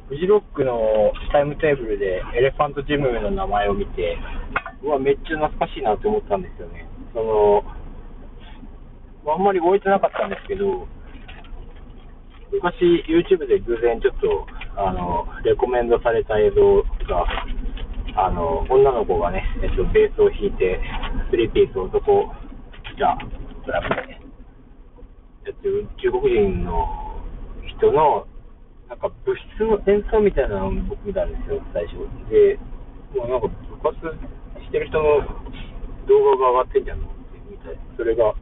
フジロックのタイムテーブルでエレファントジムの名前を見て、うわ、めっちゃ懐かしいなって思ったんですよね。あんまり覚えてなかったんですけど、昔 YouTube で偶然ちょっと、レコメンドされた映像が、女の子がね、ベースを弾いて、スリーピース男がドラムでやってる中国人の人の、なんか部室の演奏みたいなのを僕見たんですよ、最初。で、もうなんか部活してる人の動画が上がってんじゃんと思って見た。それが、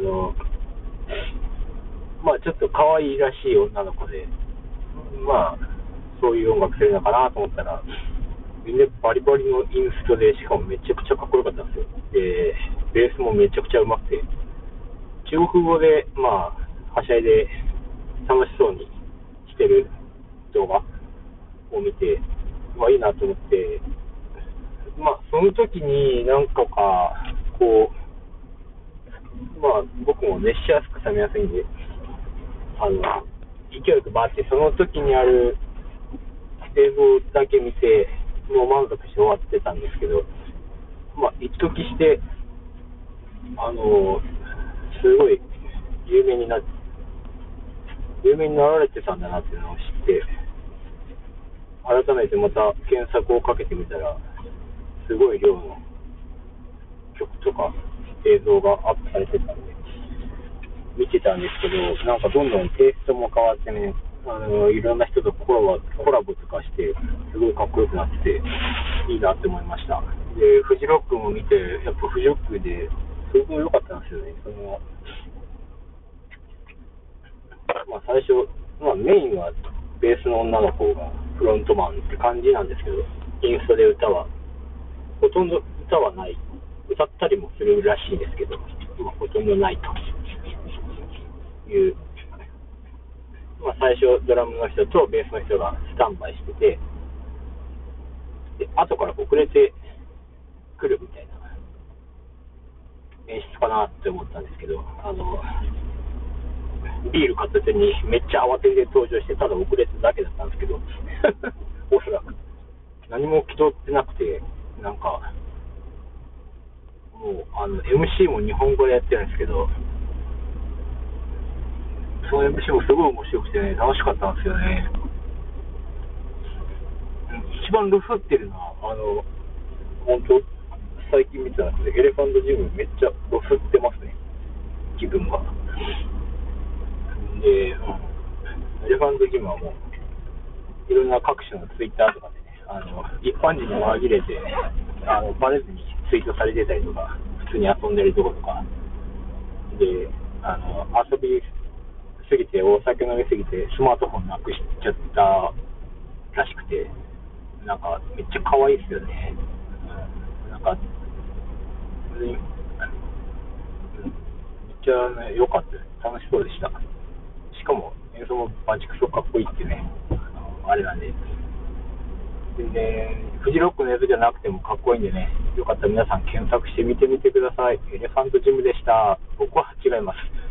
まあちょっと可愛いらしい女の子で、まあ、そういう音楽するのかなと思ったら、みんなバリバリのインストで、しかもめちゃくちゃかっこよかったんですよ。で、ベースもめちゃくちゃ上手くて、中国語で、まあ、はしゃいで楽しそうにしてる動画を見て、まあいいなと思って、まあその時になんかこう、まあ僕も熱しやすく冷めやすいんで、勢いよくバーってその時にある映像だけ見て、もう満足して終わってたんですけど、まあ一時して、すごい有名にな有名になられてたんだなっていうのを知って、改めてまた検索をかけてみたら、すごい量の曲とか映像がアップされてたんで、見てたんですけど、なんかどんどんテイストも変わってね、いろんな人とコラボとかして、すごいかっこよくなってて、いいなって思いました。で、フジロックも見て、やっぱフジロックですごい良かったんですよね。まあ、最初、まあ、メインはベースの女の子がフロントマンって感じなんですけど、インストでほとんど歌はない、歌ったりもするらしいですけど、まあ、ほとんどないという、まあ、最初、ドラムの人とベースの人がスタンバイしてて、で後から遅れてくるみたいな演出かなって思ったんですけど、ビール片手にめっちゃ慌てて登場して、ただ遅れてただけだったんですけど、おそらく何も気取ってなくて、なんかもうMC も日本語でやってるんですけど、その MC もすごい面白くてね、楽しかったんですよね。一番ルフってるのは、本当、最近見てたんですけど、エレファントジムめっちゃロフってますね、気分が。で、エレファントジムはもう、いろんな各種のツイッターとかでね、一般人に紛れて、バレずにツイートされてたりとか、普通に遊んでるところとか、で、遊びすぎて、お酒飲みすぎて、スマートフォンなくしちゃったらしくて、なんか、めっちゃ可愛いですよね。なんか、めっちゃね、良かったです。楽しそうでした。しかも、演奏もバチクソかっこいいってね、あれなんで、全然、フジロックのやつじゃなくてもかっこいいんでね、よかったら皆さん検索してみてみてください。エレファントジムでした。僕は違います。